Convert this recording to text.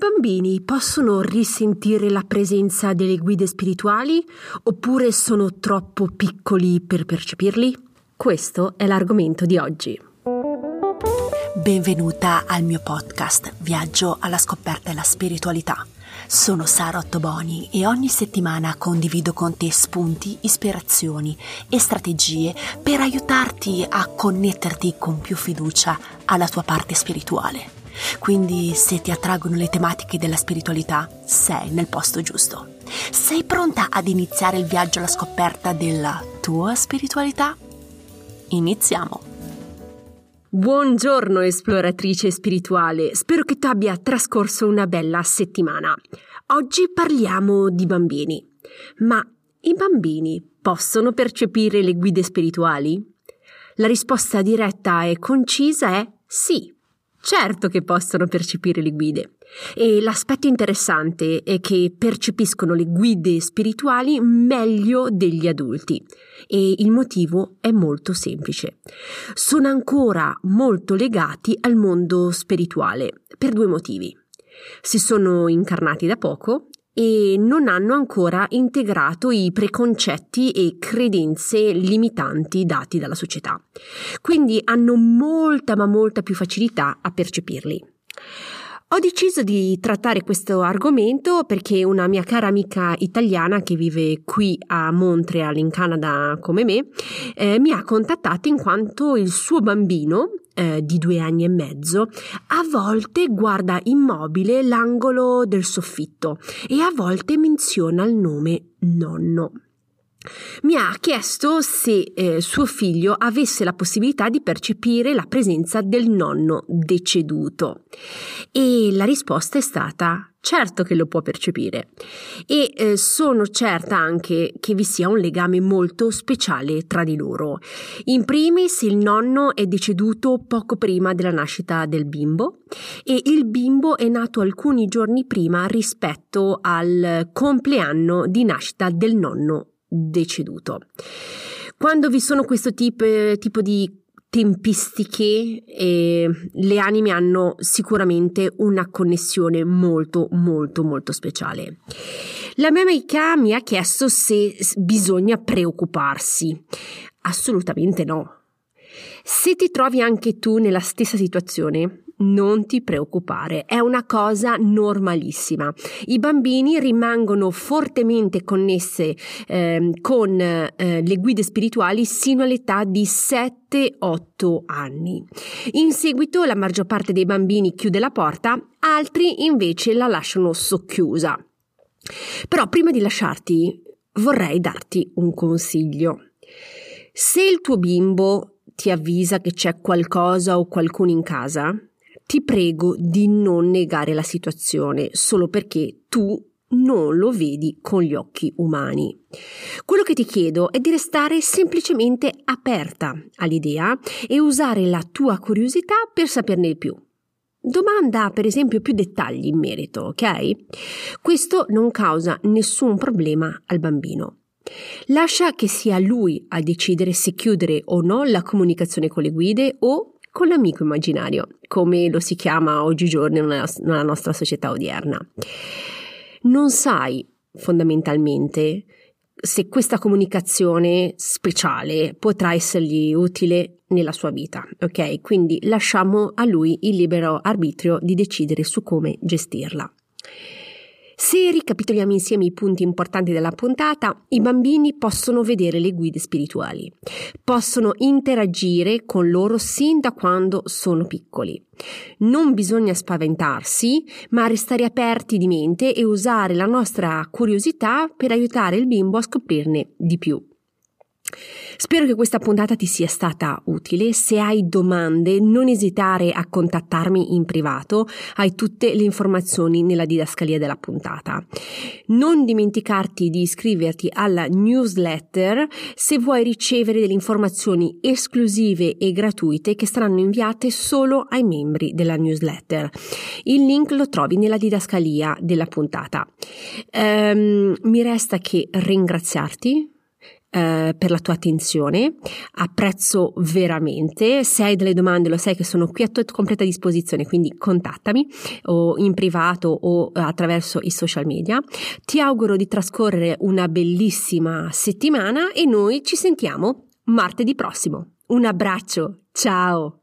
bambini possono risentire la presenza delle guide spirituali oppure sono troppo piccoli per percepirli? Questo è l'argomento di oggi. Benvenuta al mio podcast Viaggio alla scoperta della spiritualità. Sono Sara Ottoboni e ogni settimana condivido con te spunti, ispirazioni e strategie per aiutarti a connetterti con più fiducia alla tua parte spirituale. Quindi se ti attraggono le tematiche della spiritualità, sei nel posto giusto. Sei pronta ad iniziare il viaggio alla scoperta della tua spiritualità? Iniziamo! Buongiorno esploratrice spirituale, spero che tu abbia trascorso una bella settimana. Oggi parliamo di bambini, ma i bambini possono percepire le guide spirituali? La risposta diretta e concisa è sì. Certo che possono percepire le guide e l'aspetto interessante è che percepiscono le guide spirituali meglio degli adulti e il motivo è molto semplice. Sono ancora molto legati al mondo spirituale per due motivi. Si sono incarnati da poco e non hanno ancora integrato i preconcetti e credenze limitanti dati dalla società. Quindi hanno molta più facilità a percepirli. Ho deciso di trattare questo argomento perché una mia cara amica italiana che vive qui a Montreal in Canada come me mi ha contattato in quanto il suo bambino di 2 anni e mezzo a volte guarda immobile l'angolo del soffitto e a volte menziona il nome nonno. Mi ha chiesto se suo figlio avesse la possibilità di percepire la presenza del nonno deceduto e la risposta è stata certo che lo può percepire e sono certa anche che vi sia un legame molto speciale tra di loro. In primis il nonno è deceduto poco prima della nascita del bimbo e il bimbo è nato alcuni giorni prima rispetto al compleanno di nascita del nonno deceduto. Quando vi sono questo tipo di tempistiche, le anime hanno sicuramente una connessione molto speciale. La mia amica mi ha chiesto se bisogna preoccuparsi. Assolutamente no. Se ti trovi anche tu nella stessa situazione, non ti preoccupare, è una cosa normalissima. I bambini rimangono fortemente connesse con le guide spirituali sino all'età di 7-8 anni. In seguito la maggior parte dei bambini chiude la porta, altri invece la lasciano socchiusa. Però prima di lasciarti vorrei darti un consiglio. Se il tuo bimbo ti avvisa che c'è qualcosa o qualcuno in casa, ti prego di non negare la situazione solo perché tu non lo vedi con gli occhi umani. Quello che ti chiedo è di restare semplicemente aperta all'idea e usare la tua curiosità per saperne di più. Domanda per esempio più dettagli in merito, ok? Questo non causa nessun problema al bambino. Lascia che sia lui a decidere se chiudere o no la comunicazione con le guide o con l'amico immaginario, come lo si chiama oggigiorno nella nostra società odierna. Non sai fondamentalmente se questa comunicazione speciale potrà essergli utile nella sua vita, ok? Quindi lasciamo a lui il libero arbitrio di decidere su come gestirla. Se ricapitoliamo insieme i punti importanti della puntata, i bambini possono vedere le guide spirituali, possono interagire con loro sin da quando sono piccoli. Non bisogna spaventarsi, ma restare aperti di mente e usare la nostra curiosità per aiutare il bimbo a scoprirne di più. Spero che questa puntata ti sia stata utile. Se hai domande, non esitare a contattarmi in privato, hai tutte le informazioni nella didascalia della puntata. Non dimenticarti di iscriverti alla newsletter se vuoi ricevere delle informazioni esclusive e gratuite che saranno inviate solo ai membri della newsletter. Il link lo trovi nella didascalia della puntata. Mi resta che ringraziarti per la tua attenzione, apprezzo veramente. Se hai delle domande lo sai che sono qui a tua completa disposizione, quindi contattami o in privato o attraverso i social media. Ti auguro di trascorrere una bellissima settimana e noi ci sentiamo martedì prossimo. Un abbraccio, ciao!